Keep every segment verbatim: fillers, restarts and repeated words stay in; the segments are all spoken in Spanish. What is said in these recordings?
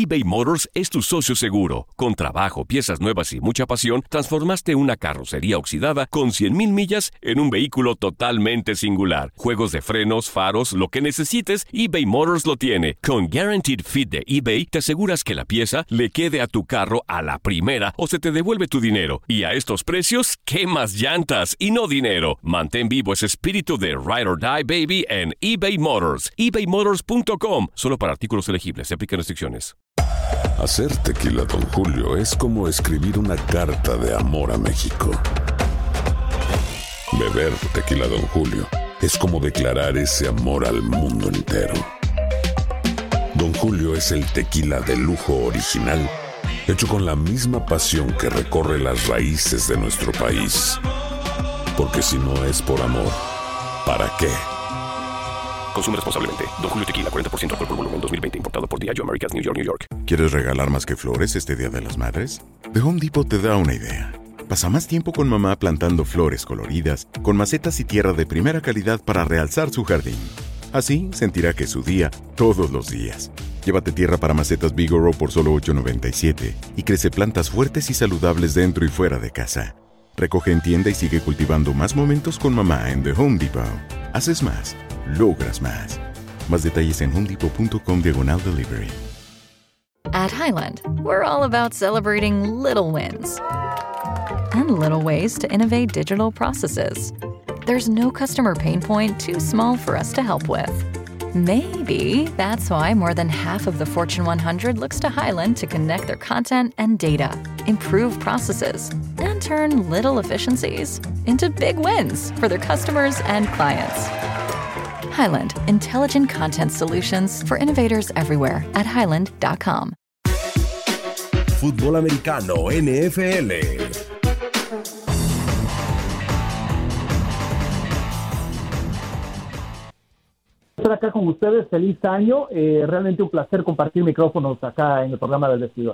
eBay Motors es tu socio seguro. Con trabajo, piezas nuevas y mucha pasión, transformaste una carrocería oxidada con cien mil millas en un vehículo totalmente singular. Juegos de frenos, faros, lo que necesites, eBay Motors lo tiene. Con Guaranteed Fit de eBay, te aseguras que la pieza le quede a tu carro a la primera o se te devuelve tu dinero. Y a estos precios, ¿qué más llantas y no dinero? Mantén vivo ese espíritu de Ride or Die, baby, en eBay Motors. ebay motors punto com. Solo para artículos elegibles. Se aplican restricciones. Hacer tequila Don Julio es como escribir una carta de amor a México. Beber tequila Don Julio es como declarar ese amor al mundo entero. Don Julio es el tequila de lujo original, hecho con la misma pasión que recorre las raíces de nuestro país. Porque si no es por amor, ¿para qué? Consume responsablemente. Don Julio Tequila, cuarenta por ciento alcohol por volumen, dos mil veinte. Importado por Diageo Americas, New York, New York. ¿Quieres regalar más que flores este Día de las Madres? The Home Depot te da una idea. Pasa más tiempo con mamá plantando flores coloridas, con macetas y tierra de primera calidad para realzar su jardín. Así sentirá que es su día todos los días. Llévate tierra para macetas Vigoro por solo ocho noventa y siete y crece plantas fuertes y saludables dentro y fuera de casa. Recoge en tienda y sigue cultivando más momentos con mamá en The Home Depot. Haces más, logras más. Más detalles en homedepot.com diagonal delivery. At Highland, we're all about celebrating little wins and little ways to innovate digital processes. There's no customer pain point too small for us to help with. Maybe that's why more than half of the Fortune one hundred looks to Highland to connect their content and data, improve processes, and turn little efficiencies into big wins for their customers and clients. Highland, intelligent content solutions for innovators everywhere at highland dot com. Fútbol americano N F L. Estar acá con ustedes, feliz año, eh, realmente un placer compartir micrófonos acá en el programa del vestidor.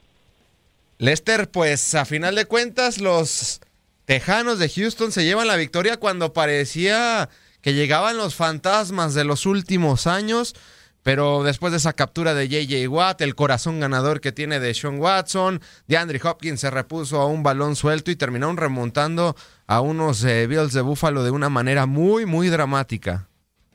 Lester, pues a final de cuentas los Tejanos de Houston se llevan la victoria cuando parecía que llegaban los fantasmas de los últimos años, pero después de esa captura de J J Watt, el corazón ganador que tiene Deshaun Watson, DeAndre Hopkins se repuso a un balón suelto y terminaron remontando a unos eh, Bills de Buffalo de una manera muy, muy dramática.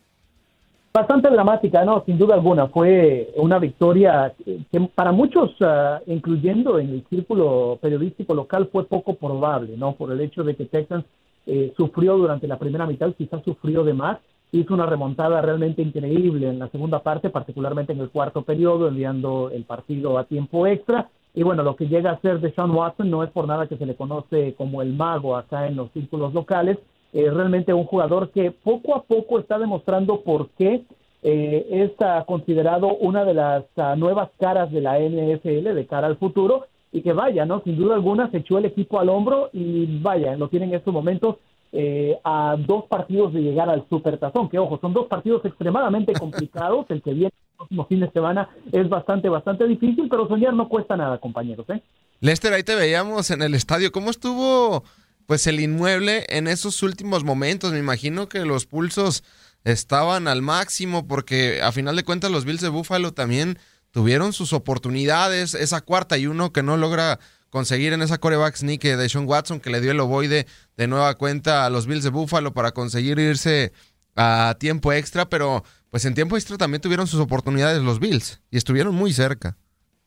Bastante dramática, no, sin duda alguna. Fue una victoria que para muchos, uh, incluyendo en el círculo periodístico local, fue poco probable, ¿no? Por el hecho de que Texans eh, sufrió durante la primera mitad, quizás sufrió de más, hizo una remontada realmente increíble en la segunda parte, particularmente en el cuarto periodo, enviando el partido a tiempo extra. Y bueno, lo que llega a ser Deshaun Watson no es por nada que se le conoce como el mago acá en los círculos locales. Eh, realmente un jugador que poco a poco está demostrando por qué eh, es uh, considerado una de las uh, nuevas caras de la N F L de cara al futuro, y que vaya, ¿no? Sin duda alguna se echó el equipo al hombro y vaya, lo tienen en estos momentos eh, a dos partidos de llegar al Supertazón, que ojo, son dos partidos extremadamente complicados, el que viene el próximo fin de semana es bastante, bastante difícil, pero soñar no cuesta nada, compañeros, ¿eh? Lester, ahí te veíamos en el estadio, ¿cómo estuvo pues el inmueble en esos últimos momentos? Me imagino que los pulsos estaban al máximo porque a final de cuentas los Bills de Buffalo también tuvieron sus oportunidades, esa cuarta y uno que no logra conseguir en esa quarterback sneak de Deshaun Watson, que le dio el ovoide de nueva cuenta a los Bills de Buffalo para conseguir irse a tiempo extra, pero pues en tiempo extra también tuvieron sus oportunidades los Bills y estuvieron muy cerca.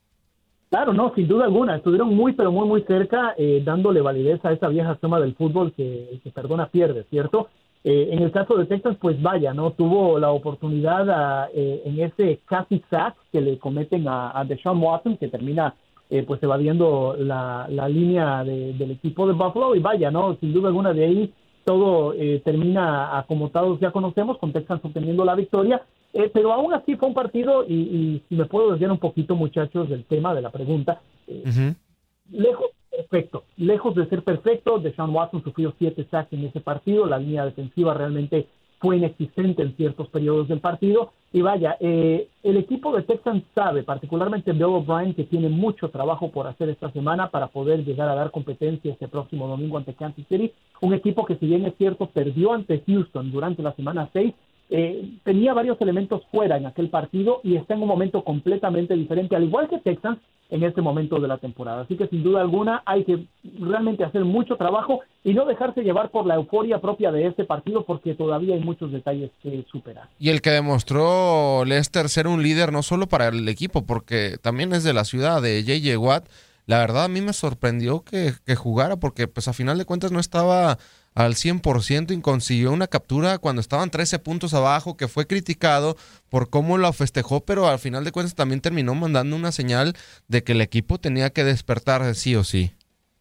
Claro, no, sin duda alguna, estuvieron muy, pero muy, muy cerca, eh, dándole validez a esa vieja suma del fútbol que el que perdona pierde, ¿cierto? Eh, en el caso de Texas, pues vaya, ¿no? Tuvo la oportunidad a, eh, en ese casi sack que le cometen a, a Deshaun Watson, que termina eh, pues evadiendo la, la línea de, del equipo de Buffalo, y vaya, ¿no? Sin duda alguna de ahí todo eh, termina a como todos ya conocemos, con Texas obteniendo la victoria. Eh, pero aún así fue un partido, y, y si me puedo desviar un poquito, muchachos, del tema de la pregunta, eh, uh-huh. lejos perfecto, lejos de ser perfecto. Deshaun Watson sufrió siete sacks en ese partido, la línea defensiva realmente fue inexistente en ciertos periodos del partido, y vaya, eh, el equipo de Texans sabe, particularmente Bill O'Brien, que tiene mucho trabajo por hacer esta semana para poder llegar a dar competencia este próximo domingo ante Kansas City, un equipo que, si bien es cierto, perdió ante Houston durante la semana seis, eh, tenía varios elementos fuera en aquel partido y está en un momento completamente diferente, al igual que Texans en este momento de la temporada. Así que sin duda alguna hay que realmente hacer mucho trabajo y no dejarse llevar por la euforia propia de este partido, porque todavía hay muchos detalles que superar. Y el que demostró Lester ser un líder no solo para el equipo, porque también es de la ciudad, de J J Watt. La verdad a mí me sorprendió que, que jugara, porque pues a final de cuentas no estaba al cien por ciento y consiguió una captura cuando estaban trece puntos abajo, que fue criticado por cómo la festejó, pero al final de cuentas también terminó mandando una señal de que el equipo tenía que despertar sí o sí.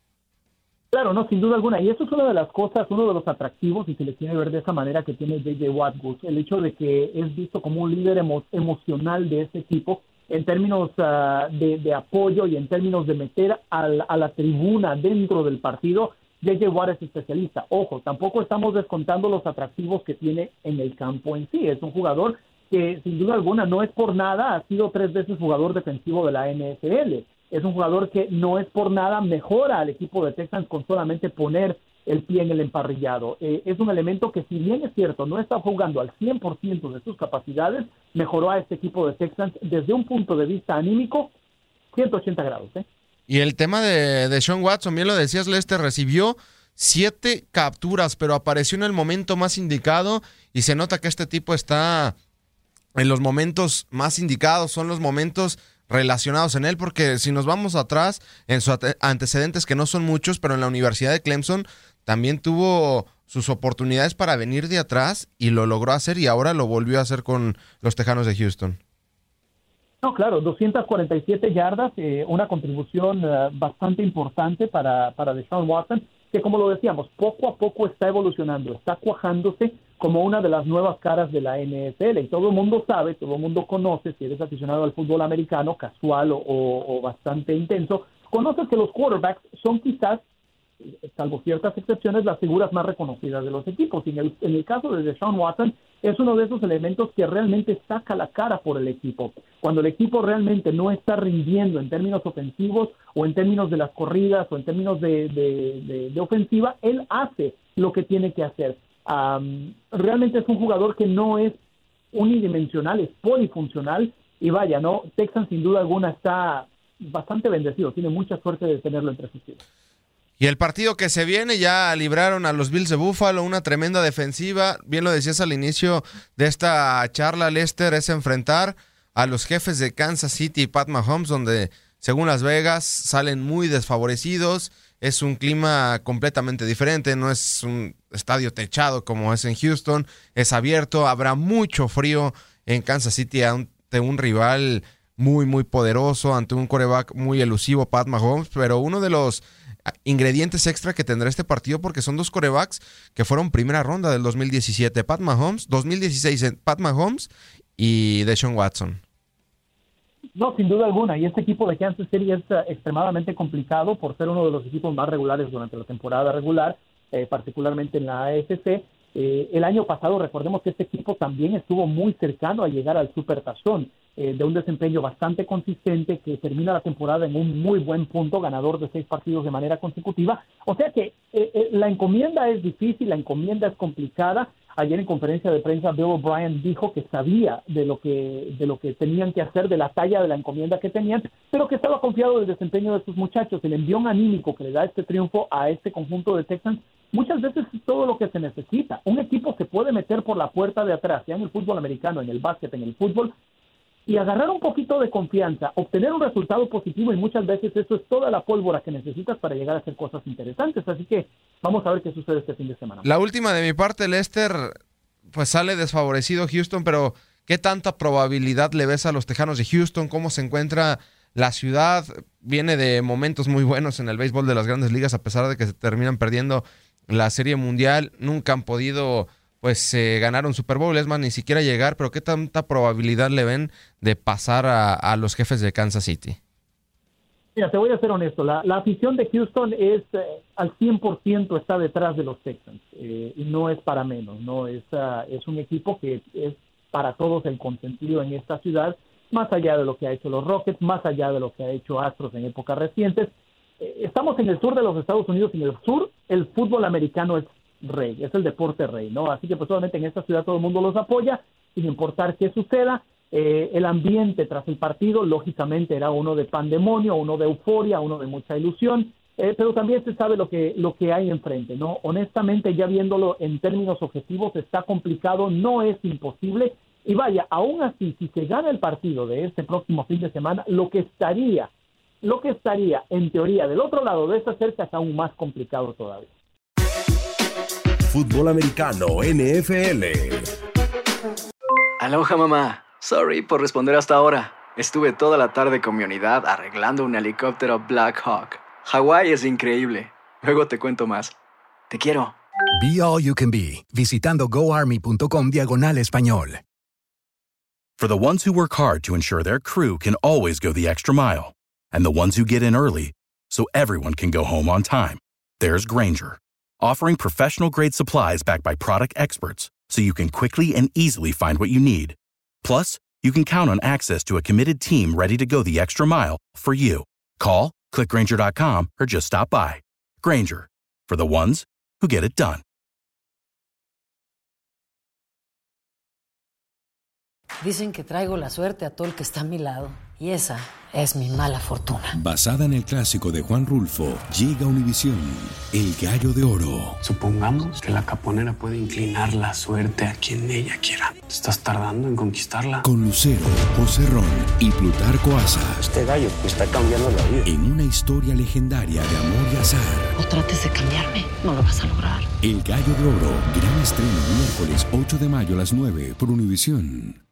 Claro, no, sin duda alguna, y eso es una de las cosas, uno de los atractivos, y se le tiene que ver de esa manera, que tiene J J Watt, el hecho de que es visto como un líder emo- emocional de ese equipo, en términos uh, de, de apoyo y en términos de meter al, a la tribuna dentro del partido. J J Watt es especialista. Ojo, tampoco estamos descontando los atractivos que tiene en el campo en sí. Es un jugador que sin duda alguna no es por nada, ha sido tres veces jugador defensivo de la N F L. Es un jugador que no es por nada mejora al equipo de Texans con solamente poner el pie en el emparrillado. Eh, es un elemento que, si bien es cierto, no está jugando al cien por ciento de sus capacidades, mejoró a este equipo de Texans desde un punto de vista anímico ciento ochenta grados, ¿eh? Y el tema de, de Sean Watson, bien lo decías, Lester, recibió siete capturas, pero apareció en el momento más indicado y se nota que este tipo está en los momentos más indicados, son los momentos relacionados en él, porque si nos vamos atrás, en sus antecedentes, que no son muchos, pero en la Universidad de Clemson también tuvo sus oportunidades para venir de atrás y lo logró hacer, y ahora lo volvió a hacer con los Tejanos de Houston. No, claro, doscientas cuarenta y siete yardas, eh, una contribución uh, bastante importante para, para Deshaun Watson, que como lo decíamos, poco a poco está evolucionando, está cuajándose como una de las nuevas caras de la N F L. Y todo el mundo sabe, todo el mundo conoce, si eres aficionado al fútbol americano, casual o, o, o bastante intenso, conoces que los quarterbacks son quizás, salvo ciertas excepciones, las figuras más reconocidas de los equipos. Y en el, en el caso de Deshaun Watson, es uno de esos elementos que realmente saca la cara por el equipo. Cuando el equipo realmente no está rindiendo en términos ofensivos o en términos de las corridas o en términos de, de, de, de ofensiva, él hace lo que tiene que hacer. Um, realmente es un jugador que no es unidimensional, es polifuncional, y vaya, ¿no? Texans sin duda alguna está bastante bendecido, tiene mucha suerte de tenerlo entre sus filas. Y el partido que se viene, ya libraron a los Bills de Buffalo, una tremenda defensiva. Bien lo decías al inicio de esta charla, Lester, es enfrentar a los jefes de Kansas City y Pat Mahomes, donde según Las Vegas salen muy desfavorecidos. Es un clima completamente diferente, no es un estadio techado como es en Houston, es abierto, habrá mucho frío en Kansas City ante un rival muy, muy poderoso, ante un quarterback muy elusivo, Pat Mahomes, pero uno de los ingredientes extra que tendrá este partido, porque son dos quarterbacks que fueron primera ronda del dos mil diecisiete, Pat Mahomes, dos mil dieciséis Pat Mahomes y Deshaun Watson. No, sin duda alguna, y este equipo de Kansas City es uh, extremadamente complicado por ser uno de los equipos más regulares durante la temporada regular, eh, particularmente en la A F C. Eh, el año pasado, recordemos que este equipo también estuvo muy cercano a llegar al Supertazón, eh, de un desempeño bastante consistente, que termina la temporada en un muy buen punto, ganador de seis partidos de manera consecutiva. O sea que eh, eh, la encomienda es difícil, la encomienda es complicada. Ayer en conferencia de prensa Bill O'Brien dijo que sabía de lo que de lo que tenían que hacer, de la talla de la encomienda que tenían, pero que estaba confiado del desempeño de sus muchachos. El envión anímico que le da este triunfo a este conjunto de Texans muchas veces es todo lo que se necesita. Un equipo se puede meter por la puerta de atrás, ya en el fútbol americano, en el básquet, en el fútbol, y agarrar un poquito de confianza, obtener un resultado positivo, y muchas veces eso es toda la pólvora que necesitas para llegar a hacer cosas interesantes. Así que vamos a ver qué sucede este fin de semana. La última de mi parte, Lester, pues sale desfavorecido Houston, pero ¿qué tanta probabilidad le ves a los Tejanos de Houston? ¿Cómo se encuentra la ciudad? Viene de momentos muy buenos en el béisbol de las Grandes Ligas, a pesar de que se terminan perdiendo la Serie Mundial. Nunca han podido pues eh, ganar un Super Bowl, es más, ni siquiera llegar, pero ¿qué tanta probabilidad le ven de pasar a, a los jefes de Kansas City? Mira, te voy a ser honesto, la, la afición de Houston es eh, al cien por ciento está detrás de los Texans, eh, y no es para menos, no es, uh, es un equipo que es para todos el consentido en esta ciudad, más allá de lo que ha hecho los Rockets, más allá de lo que ha hecho Astros en épocas recientes. Eh, estamos en el sur de los Estados Unidos, y en el sur el fútbol americano es rey, es el deporte rey, ¿no? Así que pues obviamente en esta ciudad todo el mundo los apoya, sin importar qué suceda. Eh, el ambiente tras el partido, lógicamente, era uno de pandemonio, uno de euforia, uno de mucha ilusión, eh, pero también se sabe lo que, lo que hay enfrente, ¿no? Honestamente, ya viéndolo en términos objetivos, está complicado, no es imposible, y vaya, aún así, si se gana el partido de este próximo fin de semana, lo que estaría, lo que estaría, en teoría, del otro lado de esta cerca es aún más complicado todavía. Fútbol americano N F L. Aloha, mamá. Sorry por responder hasta ahora. Estuve toda la tarde con mi unidad arreglando un helicóptero Black Hawk. Hawái es increíble. Luego te cuento más. Te quiero. Be All You Can Be, visitando goarmy.com diagonal español. For the ones who work hard to ensure their crew can always go the extra mile, and the ones who get in early so everyone can go home on time, there's Grainger, offering professional-grade supplies backed by product experts so you can quickly and easily find what you need. Plus, you can count on access to a committed team ready to go the extra mile for you. Call, click Grainger dot com, or just stop by. Grainger, for the ones who get it done. Dicen que traigo la suerte a todo el que está a mi lado, y esa es mi mala fortuna. Basada en el clásico de Juan Rulfo, llega Univisión, El Gallo de Oro. Supongamos que la caponera puede inclinar la suerte a quien ella quiera. ¿Te estás tardando en conquistarla? Con Lucero, José Ron y Plutarco Asa. Este gallo me está cambiando la vida. En una historia legendaria de amor y azar. No trates de cambiarme, no lo vas a lograr. El Gallo de Oro, gran estreno miércoles ocho de mayo a las nueve por Univisión.